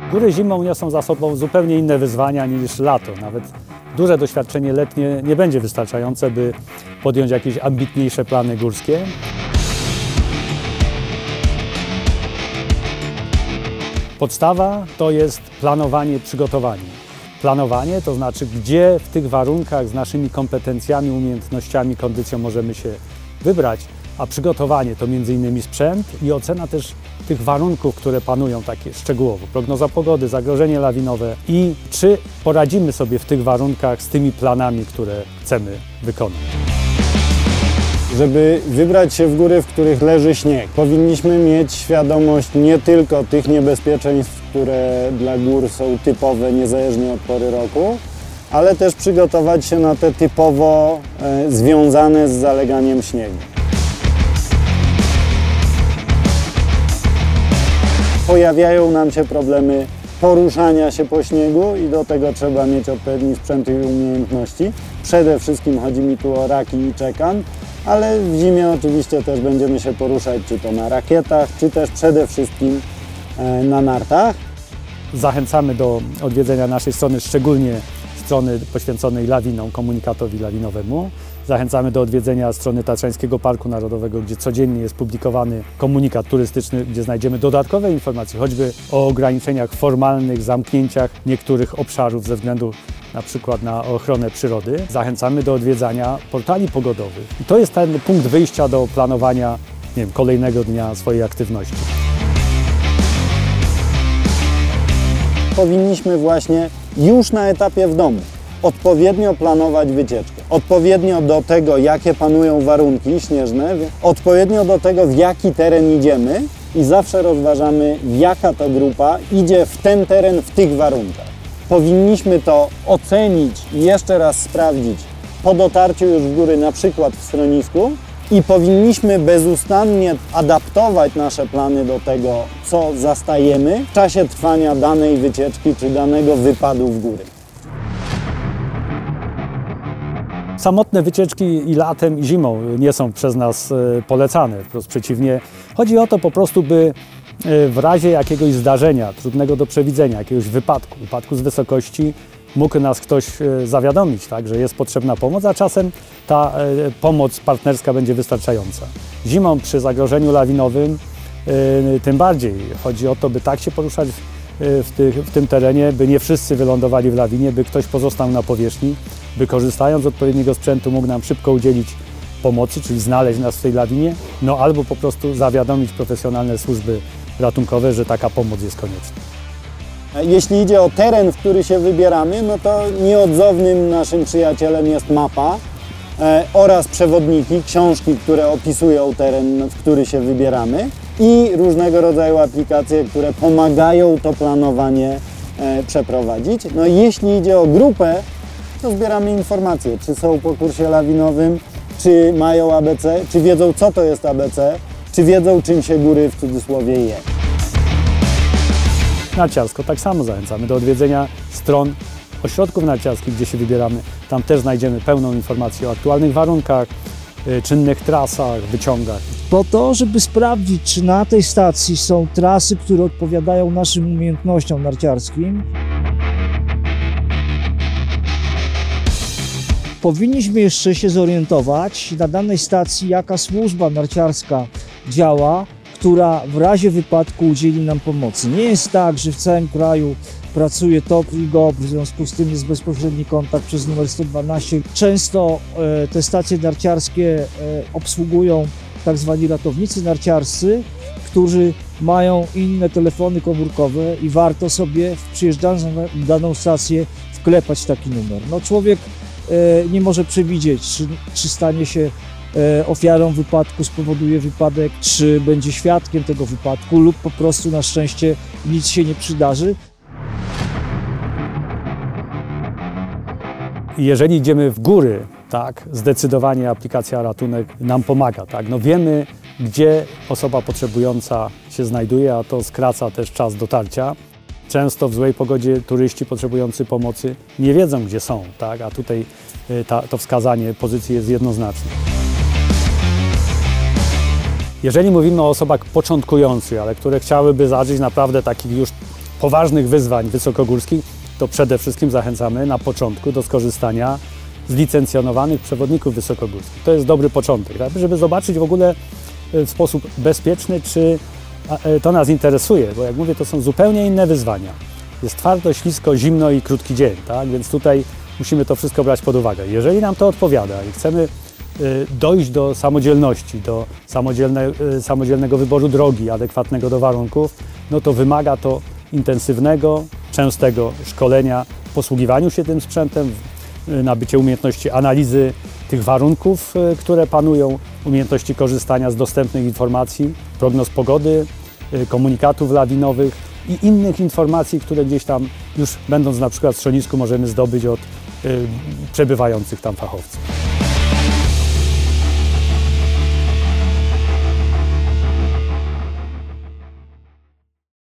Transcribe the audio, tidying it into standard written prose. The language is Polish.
Góry zimą niosą za sobą zupełnie inne wyzwania niż lato. Nawet duże doświadczenie letnie nie będzie wystarczające, by podjąć jakieś ambitniejsze plany górskie. Podstawa to jest planowanie, przygotowanie. Planowanie to znaczy, gdzie w tych warunkach z naszymi kompetencjami, umiejętnościami, kondycją możemy się wybrać, a przygotowanie to m.in. sprzęt i ocena też tych warunków, które panują takie szczegółowo. Prognoza pogody, zagrożenie lawinowe i czy poradzimy sobie w tych warunkach z tymi planami, które chcemy wykonać. Żeby wybrać się w góry, w których leży śnieg, powinniśmy mieć świadomość nie tylko tych niebezpieczeństw, które dla gór są typowe niezależnie od pory roku, ale też przygotować się na te typowo związane z zaleganiem śniegu. Pojawiają nam się problemy poruszania się po śniegu i do tego trzeba mieć odpowiedni sprzęt i umiejętności. Przede wszystkim chodzi mi tu o raki i czekan, ale w zimie oczywiście też będziemy się poruszać czy to na rakietach, czy też przede wszystkim na nartach. Zachęcamy do odwiedzenia naszej strony, szczególnie strony poświęconej lawinom, komunikatowi lawinowemu. Zachęcamy do odwiedzenia strony Tatrzańskiego Parku Narodowego, gdzie codziennie jest publikowany komunikat turystyczny, gdzie znajdziemy dodatkowe informacje, choćby o ograniczeniach formalnych, zamknięciach niektórych obszarów ze względu na przykład na ochronę przyrody. Zachęcamy do odwiedzania portali pogodowych. I to jest ten punkt wyjścia do planowania, kolejnego dnia swojej aktywności. Powinniśmy właśnie już na etapie w domu odpowiednio planować wycieczkę. Odpowiednio do tego, jakie panują warunki śnieżne, odpowiednio do tego, w jaki teren idziemy i zawsze rozważamy, jaka to grupa idzie w ten teren w tych warunkach. Powinniśmy to ocenić i jeszcze raz sprawdzić po dotarciu już w góry, na przykład w schronisku, i powinniśmy bezustannie adaptować nasze plany do tego, co zastajemy w czasie trwania danej wycieczki czy danego wypadu w góry. Samotne wycieczki i latem, i zimą nie są przez nas polecane. Wprost przeciwnie. Chodzi o to po prostu, by w razie jakiegoś zdarzenia trudnego do przewidzenia, jakiegoś upadku z wysokości, mógł nas ktoś zawiadomić, tak, że jest potrzebna pomoc, a czasem ta pomoc partnerska będzie wystarczająca. Zimą przy zagrożeniu lawinowym tym bardziej. Chodzi o to, by tak się poruszać w tym terenie, by nie wszyscy wylądowali w lawinie, by ktoś pozostał na powierzchni, by korzystając z odpowiedniego sprzętu mógł nam szybko udzielić pomocy, czyli znaleźć nas w tej lawinie, albo po prostu zawiadomić profesjonalne służby ratunkowe, że taka pomoc jest konieczna. Jeśli idzie o teren, w który się wybieramy, to nieodzownym naszym przyjacielem jest mapa oraz przewodniki, książki, które opisują teren, w który się wybieramy, i różnego rodzaju aplikacje, które pomagają to planowanie przeprowadzić. Jeśli idzie o grupę, to zbieramy informacje, czy są po kursie lawinowym, czy mają ABC, czy wiedzą, co to jest ABC, czy wiedzą, czym się góry w cudzysłowie je. Narciarsko tak samo zachęcamy do odwiedzenia stron ośrodków narciarskich, gdzie się wybieramy. Tam też znajdziemy pełną informację o aktualnych warunkach, czynnych trasach, wyciągach. Po to, żeby sprawdzić, czy na tej stacji są trasy, które odpowiadają naszym umiejętnościom narciarskim, powinniśmy jeszcze się zorientować na danej stacji, jaka służba narciarska działa, która w razie wypadku udzieli nam pomocy. Nie jest tak, że w całym kraju pracuje TOPR i GOPR, w związku z tym jest bezpośredni kontakt przez numer 112. Często te stacje narciarskie obsługują tak zwani ratownicy narciarscy, którzy mają inne telefony komórkowe i warto sobie, przyjeżdżając na daną stację, wklepać taki numer. Człowiek nie może przewidzieć, czy stanie się ofiarą wypadku, spowoduje wypadek, czy będzie świadkiem tego wypadku lub po prostu na szczęście nic się nie przydarzy. Jeżeli idziemy w góry, tak, zdecydowanie aplikacja Ratunek nam pomaga. Tak? Wiemy, gdzie osoba potrzebująca się znajduje, a to skraca też czas dotarcia. Często w złej pogodzie turyści potrzebujący pomocy nie wiedzą, gdzie są, tak? A tutaj to wskazanie pozycji jest jednoznaczne. Jeżeli mówimy o osobach początkujących, ale które chciałyby zażyć naprawdę takich już poważnych wyzwań wysokogórskich, to przede wszystkim zachęcamy na początku do skorzystania z licencjonowanych przewodników wysokogórskich. To jest dobry początek, tak? Żeby zobaczyć w ogóle w sposób bezpieczny, czy to nas interesuje, bo jak mówię, to są zupełnie inne wyzwania. Jest twardo, ślisko, zimno i krótki dzień, tak? Więc tutaj musimy to wszystko brać pod uwagę. Jeżeli nam to odpowiada i chcemy dojść do samodzielności, do samodzielnego wyboru drogi adekwatnego do warunków, no to wymaga to intensywnego, częstego szkolenia w posługiwaniu się tym sprzętem, nabycie umiejętności analizy tych warunków, które panują, umiejętności korzystania z dostępnych informacji, prognoz pogody, komunikatów lawinowych i innych informacji, które gdzieś tam już będąc na przykład w schronisku możemy zdobyć od przebywających tam fachowców.